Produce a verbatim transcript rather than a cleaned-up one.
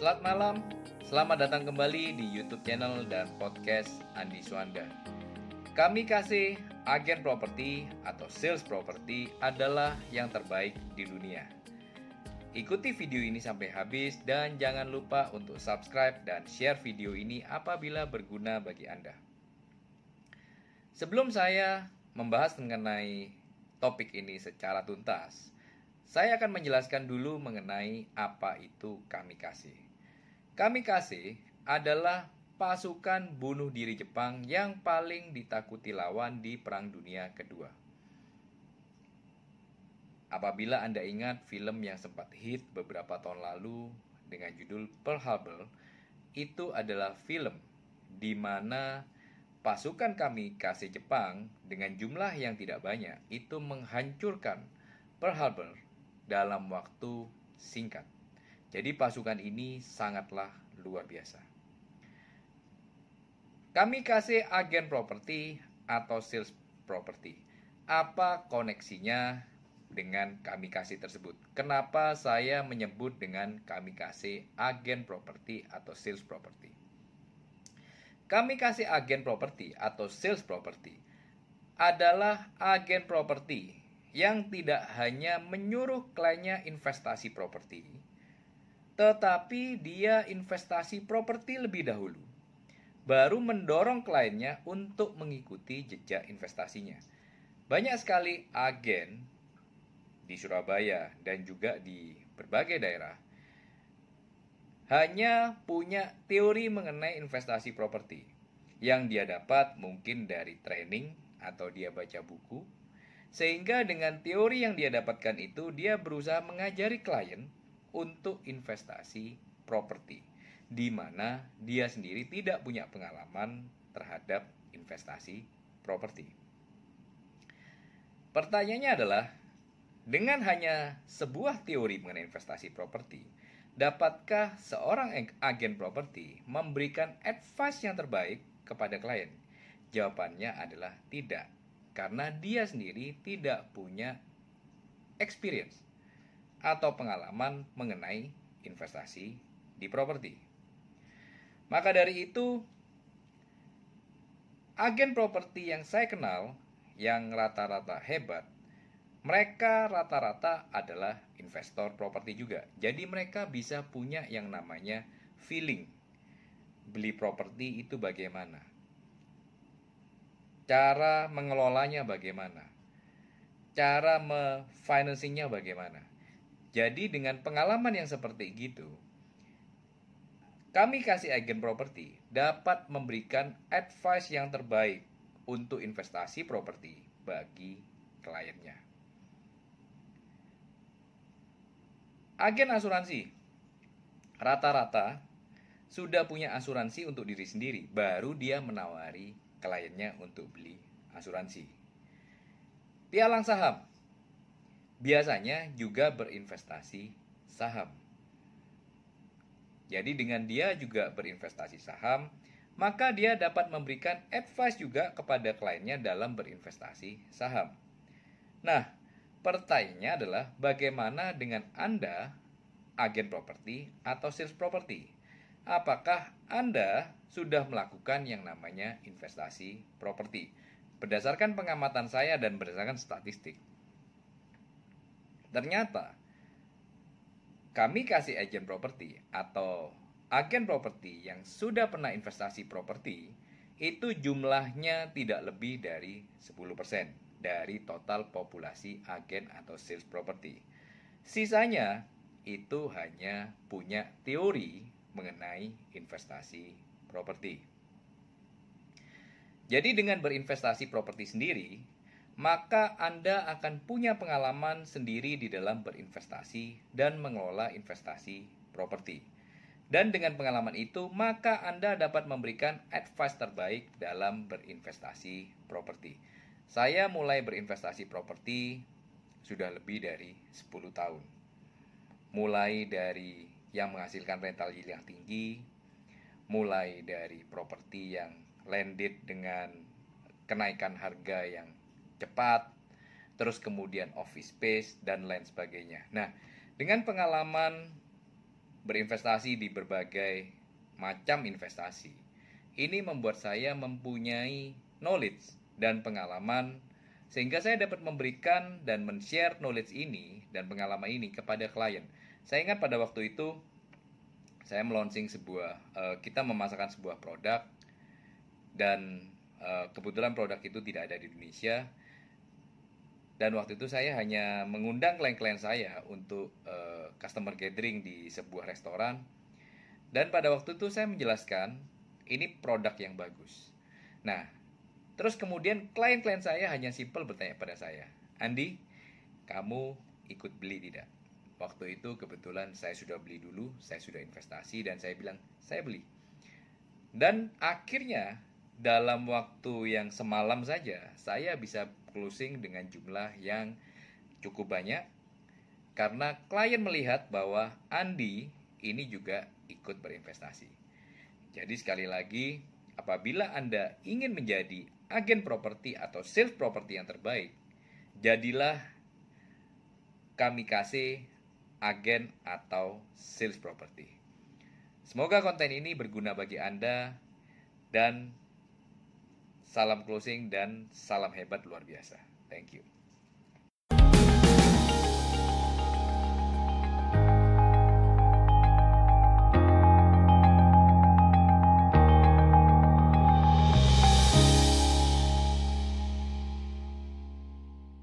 Selamat malam, selamat datang kembali di YouTube channel dan podcast Andi Suanda. Kami kasih agen properti atau sales properti adalah yang terbaik di dunia. Ikuti video ini sampai habis dan jangan lupa untuk subscribe dan share video ini apabila berguna bagi Anda. Sebelum saya membahas mengenai topik ini secara tuntas, saya akan menjelaskan dulu mengenai apa itu kamikaze. Kamikaze adalah pasukan bunuh diri Jepang yang paling ditakuti lawan di Perang Dunia Kedua. Apabila Anda ingat film yang sempat hit beberapa tahun lalu dengan judul Pearl Harbor, itu adalah film di mana pasukan kamikaze Jepang dengan jumlah yang tidak banyak itu menghancurkan Pearl Harbor dalam waktu singkat. Jadi pasukan ini sangatlah luar biasa. Kamikaze agen properti atau sales property. Apa koneksinya dengan kamikaze tersebut? Kenapa saya menyebut dengan kamikaze agen properti atau sales property? Kamikaze agen properti atau sales property adalah agen properti yang tidak hanya menyuruh kliennya investasi properti, tetapi dia investasi properti lebih dahulu, baru mendorong kliennya untuk mengikuti jejak investasinya. Banyak sekali agen di Surabaya dan juga di berbagai daerah hanya punya teori mengenai investasi properti yang dia dapat mungkin dari training atau dia baca buku, sehingga dengan teori yang dia dapatkan itu dia berusaha mengajari klien untuk investasi properti, di mana dia sendiri tidak punya pengalaman terhadap investasi properti. Pertanyaannya adalah, dengan hanya sebuah teori mengenai investasi properti, dapatkah seorang agen properti memberikan advice yang terbaik kepada klien? Jawabannya adalah tidak, karena dia sendiri tidak punya experience atau pengalaman mengenai investasi di properti. Maka dari itu, agen properti yang saya kenal yang rata-rata hebat, mereka rata-rata adalah investor properti juga. Jadi mereka bisa punya yang namanya feeling. Beli properti itu bagaimana? Cara mengelolanya bagaimana? Cara me-financingnya bagaimana? Jadi dengan pengalaman yang seperti gitu, kamikaze agen properti dapat memberikan advice yang terbaik untuk investasi properti bagi kliennya. Agen asuransi rata-rata sudah punya asuransi untuk diri sendiri, baru dia menawari kliennya untuk beli asuransi. Pialang saham biasanya juga berinvestasi saham. Jadi dengan dia juga berinvestasi saham, maka dia dapat memberikan advice juga kepada kliennya dalam berinvestasi saham. Nah, pertanyaannya adalah bagaimana dengan Anda, agen properti atau sales properti? Apakah Anda sudah melakukan yang namanya investasi properti? Berdasarkan pengamatan saya dan berdasarkan statistik, ternyata kamikaze agen properti atau agen properti yang sudah pernah investasi properti itu jumlahnya tidak lebih dari sepuluh persen dari total populasi agen atau sales property. Sisanya itu hanya punya teori mengenai investasi properti. Jadi dengan berinvestasi properti sendiri, maka Anda akan punya pengalaman sendiri di dalam berinvestasi dan mengelola investasi properti. Dan dengan pengalaman itu, maka Anda dapat memberikan advice terbaik dalam berinvestasi properti. Saya mulai berinvestasi properti sudah lebih dari sepuluh tahun. Mulai dari yang menghasilkan rental yield yang tinggi, mulai dari properti yang landed dengan kenaikan harga yang cepat, terus kemudian office space dan lain sebagainya. Nah, dengan pengalaman berinvestasi di berbagai macam investasi. Ini membuat saya mempunyai knowledge dan pengalaman sehingga saya dapat memberikan dan men-share knowledge ini dan pengalaman ini kepada klien. Saya ingat pada waktu itu saya melaunching sebuah uh, kita memasarkan sebuah produk dan uh, kebetulan produk itu tidak ada di Indonesia. Dan waktu itu saya hanya mengundang klien-klien saya untuk uh, customer gathering di sebuah restoran. Dan pada waktu itu saya menjelaskan, ini produk yang bagus. Nah, terus kemudian klien-klien saya hanya simpel bertanya pada saya, Andi, kamu ikut beli tidak? Waktu itu kebetulan saya sudah beli dulu, saya sudah investasi, dan saya bilang, saya beli. Dan akhirnya, dalam waktu yang semalam saja, saya bisa closing dengan jumlah yang cukup banyak karena klien melihat bahwa Andi ini juga ikut berinvestasi. Jadi sekali lagi, apabila Anda ingin menjadi agen properti atau sales properti yang terbaik, jadilah kamikaze agen atau sales properti. Semoga konten ini berguna bagi Anda dan salam closing dan salam hebat luar biasa. Thank you.